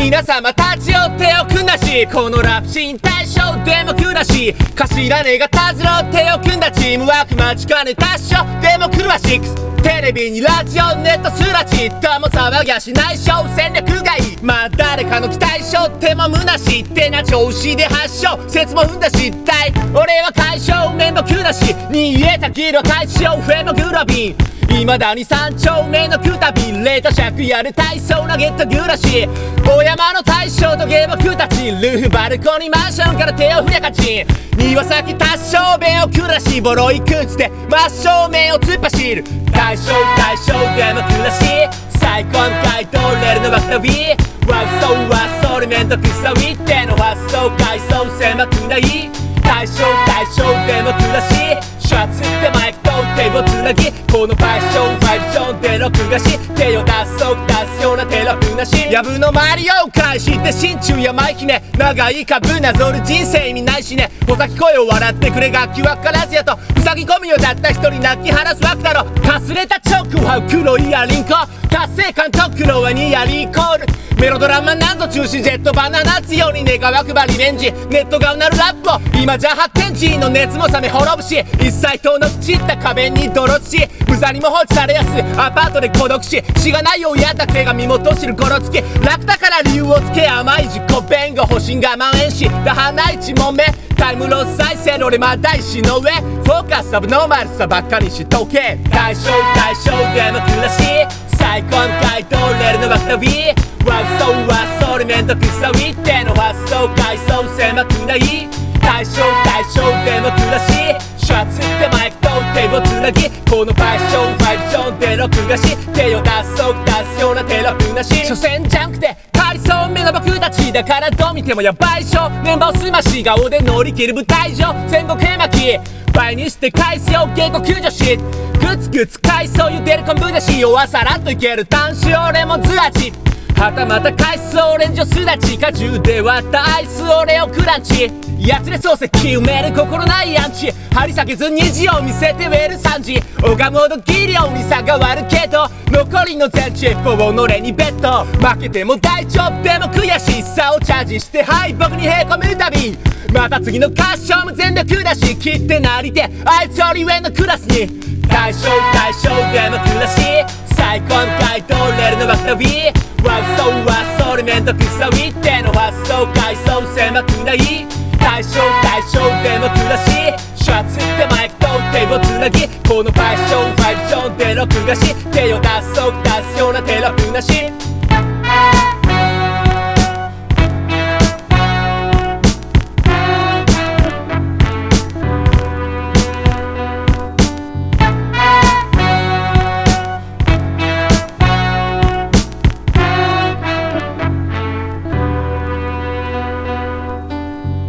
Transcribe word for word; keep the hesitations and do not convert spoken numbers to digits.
皆様立ち寄っておくんだし、このラップシーン対象デモクラシー、頭ねがたずろっておくんだ。チームワーク待ちかねたっしょデモクラシックス、テレビにラジオネットすらちっとも騒ぎゃしないショー、戦略がいい。まあ誰かの期待しょっても虚しいってな調子で発祥、説も踏んだ失態。俺は解消面目くなしに言えたキロ解消フェモグラビン、未だに三丁目のくたびレート借やる体操投げとグラシ、大山の大将とゲームクたち、ルーフバルコニーマンションから手を振りゃかちん、庭先多少面を暮らし、ボロい靴で真正面を突っ走る。大将大将デモクラシー、最高の回答レールのバクラビー、ワウソーはそれ面倒くさいっての発想階層狭くない。大将大将デモクラシー、シャツってマイクと手をつなぎ、このファッションファイブションで録画し、手を出そう出すようなテロップなし、やぶの周りを返して心中や舞姫、長い株なぞる人生意味ないしね。尾崎声を笑ってくれ楽器わからずやと、ふさぎ込みをたった一人泣き晴らすわけだろ。かすれた直は黒いやリンコ、達成感と黒はニアリーコール、メロドラマなんぞ中止ジェットバナナ強に願わくばリベンジ、ネットがうなるラップを今じゃ発展時の熱も冷め滅ぶし、一切遠のく散った壁に泥土し、無残にも放置されやすいアパートで孤独し、しがない親だけが身元知るゴロつき、楽だから理由をつけ甘い自己弁護、保身が蔓延し打破ない一問目、タイムロス再生の俺まだ石の上、フォーカスアブノーマルさばっかりしとけ。大将大将デモクラシー、最高の回答レールのバクラビー、ワウソーはそれ面倒くさいっての発想階層狭くない。大将大将デモクラシー、シャツってマイクと手をつなぎ、このファッションファイブションで録画し、手を出そう出すようなテロップなし、所詮ジャンクでかりそうめの僕たちだからどう見てもやばいっしょ。メンバーをすまし顔で乗り切る舞台上、戦国絵巻倍にして返すよ稽古救助し、グツグツ海藻茹でる昆布だし、弱さらっといける単塩レモンズ味、はたまた海藻オレンジをすだち、果汁で割ったアイスオレオクランチ、やつれ漱石埋める心ないアンチ、張り裂けず虹を見せてウェルさんじ、拝むほど技量に差があるけど、残りの全チップを己にベット、負けても大丈夫でも悔しさをチャージして敗北にへこむたび、また次の合唱も全力だし、切ってなりてあいつより上のクラスに。大将大将デモクラシー、最高の回答レールのバクラビー、ワウソーはそれ面倒くさいっての発想階層狭くない。大将大将デモクラシー、シャツってマイクと手をつなぎ、このファッションファイブションで録画し、手を出そう出すようなテロップなし。